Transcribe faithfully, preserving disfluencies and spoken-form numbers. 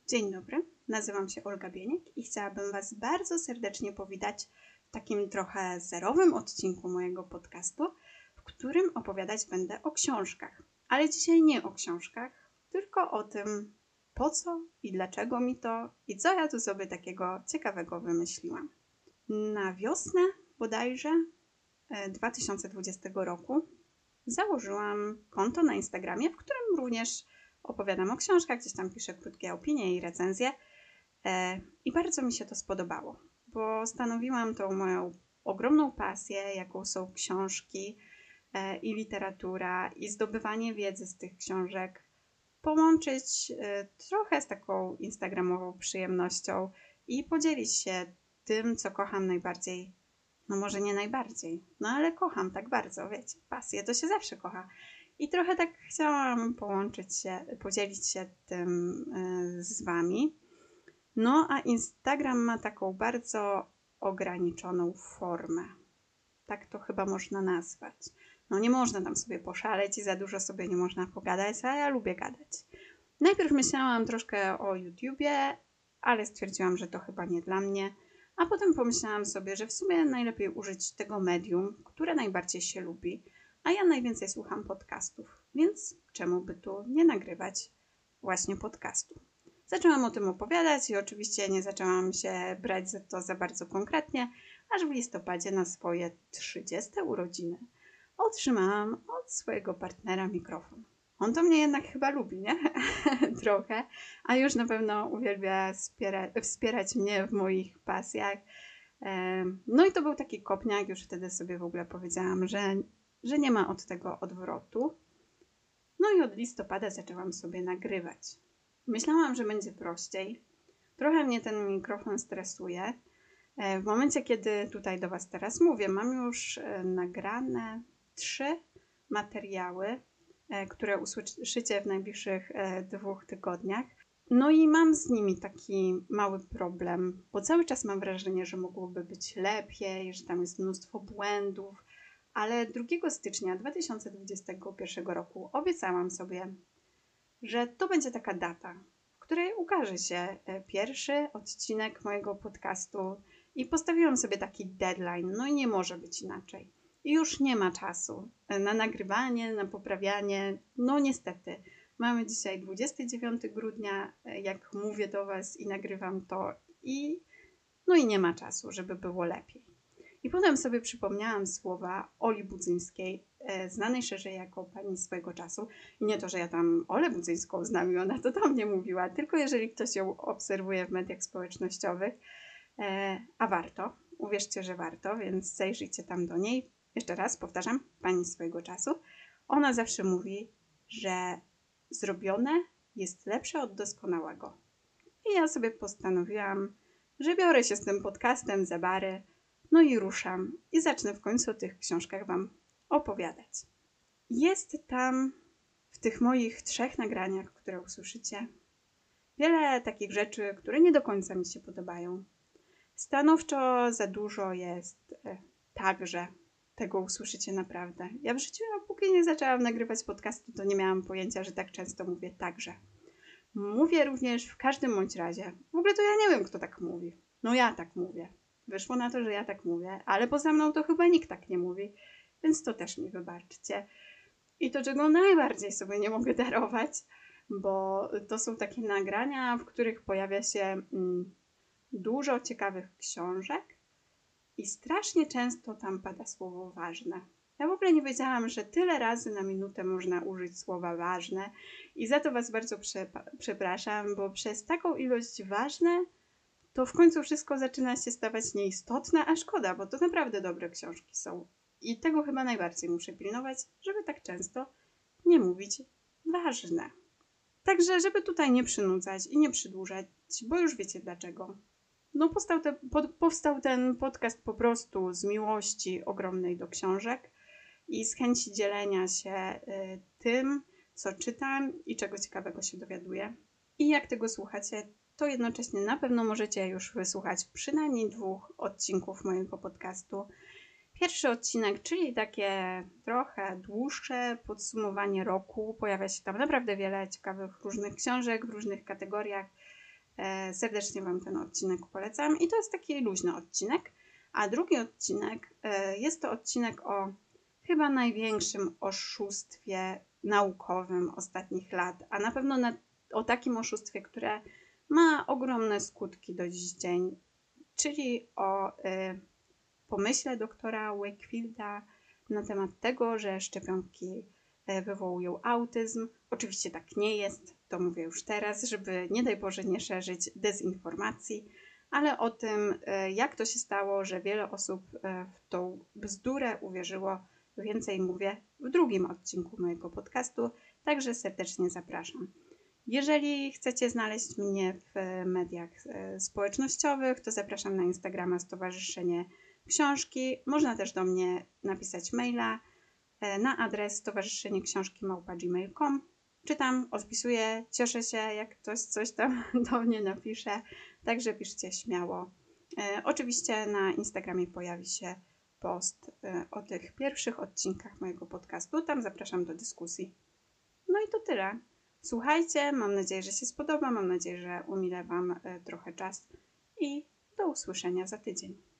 Dzień dobry, nazywam się Olga Bieniek i chciałabym Was bardzo serdecznie powitać w takim trochę zerowym odcinku mojego podcastu, w którym opowiadać będę o książkach. Ale dzisiaj nie o książkach, tylko o tym, po co i dlaczego mi to i co ja tu sobie takiego ciekawego wymyśliłam. Na wiosnę bodajże dwa tysiące dwudziestego roku założyłam konto na Instagramie, w którym również opowiadam o książkach, gdzieś tam piszę krótkie opinie i recenzje i bardzo mi się to spodobało, bo stanowiłam tą moją ogromną pasję, jaką są książki i literatura i zdobywanie wiedzy z tych książek, połączyć trochę z taką instagramową przyjemnością i podzielić się tym, co kocham najbardziej. No może nie najbardziej, no ale kocham tak bardzo, wiecie, pasję to się zawsze kocha. I trochę tak chciałam połączyć się, podzielić się tym z Wami. No a Instagram ma taką bardzo ograniczoną formę. Tak to chyba można nazwać. No nie można tam sobie poszaleć i za dużo sobie nie można pogadać, a ja lubię gadać. Najpierw myślałam troszkę o YouTubie, ale stwierdziłam, że to chyba nie dla mnie. A potem pomyślałam sobie, że w sumie najlepiej użyć tego medium, które najbardziej się lubi, a ja najwięcej słucham podcastów, więc czemu by tu nie nagrywać właśnie podcastu. Zaczęłam o tym opowiadać i oczywiście nie zaczęłam się brać za to za bardzo konkretnie, aż w listopadzie na swoje trzydzieste urodziny otrzymałam od swojego partnera mikrofon. On to mnie jednak chyba lubi, nie? Trochę, a już na pewno uwielbia wspiera, wspierać mnie w moich pasjach. No i to był taki kopniak, już wtedy sobie w ogóle powiedziałam, że, że nie ma od tego odwrotu. No i od listopada zaczęłam sobie nagrywać. Myślałam, że będzie prościej. Trochę mnie ten mikrofon stresuje. W momencie, kiedy tutaj do Was teraz mówię, mam już nagrane trzy materiały, które usłyszycie w najbliższych dwóch tygodniach. No i mam z nimi taki mały problem, bo cały czas mam wrażenie, że mogłoby być lepiej, że tam jest mnóstwo błędów, ale drugiego stycznia dwa tysiące dwudziestego pierwszego roku obiecałam sobie, że to będzie taka data, w której ukaże się pierwszy odcinek mojego podcastu i postawiłam sobie taki deadline, no i nie może być inaczej. I już nie ma czasu na nagrywanie, na poprawianie. No niestety, mamy dzisiaj dwudziestego dziewiątego grudnia, jak mówię do Was i nagrywam to i no i nie ma czasu, żeby było lepiej. I potem sobie przypomniałam słowa Oli Budzyńskiej, znanej szerzej jako pani swojego czasu. I nie to, że ja tam Olę Budzyńską znam i ona to do mnie mówiła, tylko jeżeli ktoś ją obserwuje w mediach społecznościowych, a warto, uwierzcie, że warto, więc zajrzyjcie tam do niej. Jeszcze raz powtarzam, pani swojego czasu. Ona zawsze mówi, że zrobione jest lepsze od doskonałego. I ja sobie postanowiłam, że biorę się z tym podcastem za bary, no i ruszam i zacznę w końcu o tych książkach Wam opowiadać. Jest tam w tych moich trzech nagraniach, które usłyszycie, wiele takich rzeczy, które nie do końca mi się podobają. Stanowczo za dużo jest e, także. Tego usłyszycie naprawdę. Ja w życiu, póki nie zaczęłam nagrywać podcastu, to nie miałam pojęcia, że tak często mówię także. Mówię również w każdym bądź razie. W ogóle to ja nie wiem, kto tak mówi. No ja tak mówię. Wyszło na to, że ja tak mówię, ale poza mną to chyba nikt tak nie mówi, więc to też mi wybaczcie. I to, czego najbardziej sobie nie mogę darować, bo to są takie nagrania, w których pojawia się mm, dużo ciekawych książek i strasznie często tam pada słowo ważne. Ja w ogóle nie wiedziałam, że tyle razy na minutę można użyć słowa ważne i za to Was bardzo przepraszam, bo przez taką ilość ważne to w końcu wszystko zaczyna się stawać nieistotne, a szkoda, bo to naprawdę dobre książki są. I tego chyba najbardziej muszę pilnować, żeby tak często nie mówić ważne. Także, żeby tutaj nie przynudzać i nie przedłużać, bo już wiecie dlaczego. No powstał, te, pod, powstał ten podcast po prostu z miłości ogromnej do książek i z chęci dzielenia się y, tym, co czytam i czego ciekawego się dowiaduję. I jak tego słuchacie, to jednocześnie na pewno możecie już wysłuchać przynajmniej dwóch odcinków mojego podcastu. Pierwszy odcinek, czyli takie trochę dłuższe podsumowanie roku. Pojawia się tam naprawdę wiele ciekawych różnych książek w różnych kategoriach. E, serdecznie Wam ten odcinek polecam i to jest taki luźny odcinek. A drugi odcinek e, jest to odcinek o chyba największym oszustwie naukowym ostatnich lat, a na pewno na, o takim oszustwie, które ma ogromne skutki do dziś dzień, czyli o y, pomyśle doktora Wakefielda na temat tego, że szczepionki y, wywołują autyzm. Oczywiście tak nie jest, to mówię już teraz, żeby nie daj Boże nie szerzyć dezinformacji, ale o tym, y, jak to się stało, że wiele osób y, w tą bzdurę uwierzyło, więcej mówię w drugim odcinku mojego podcastu, także serdecznie zapraszam. Jeżeli chcecie znaleźć mnie w mediach społecznościowych, to zapraszam na Instagrama Stowarzyszenie Książki. Można też do mnie napisać maila na adres stowarzyszenie książki małpa gmail kropka com. Czytam, odpisuję, cieszę się, jak ktoś coś tam do mnie napisze, także piszcie śmiało. E, oczywiście na Instagramie pojawi się post e, o tych pierwszych odcinkach mojego podcastu. Tam zapraszam do dyskusji. No i to tyle. Słuchajcie, mam nadzieję, że się spodoba, mam nadzieję, że umilę Wam trochę czas i do usłyszenia za tydzień.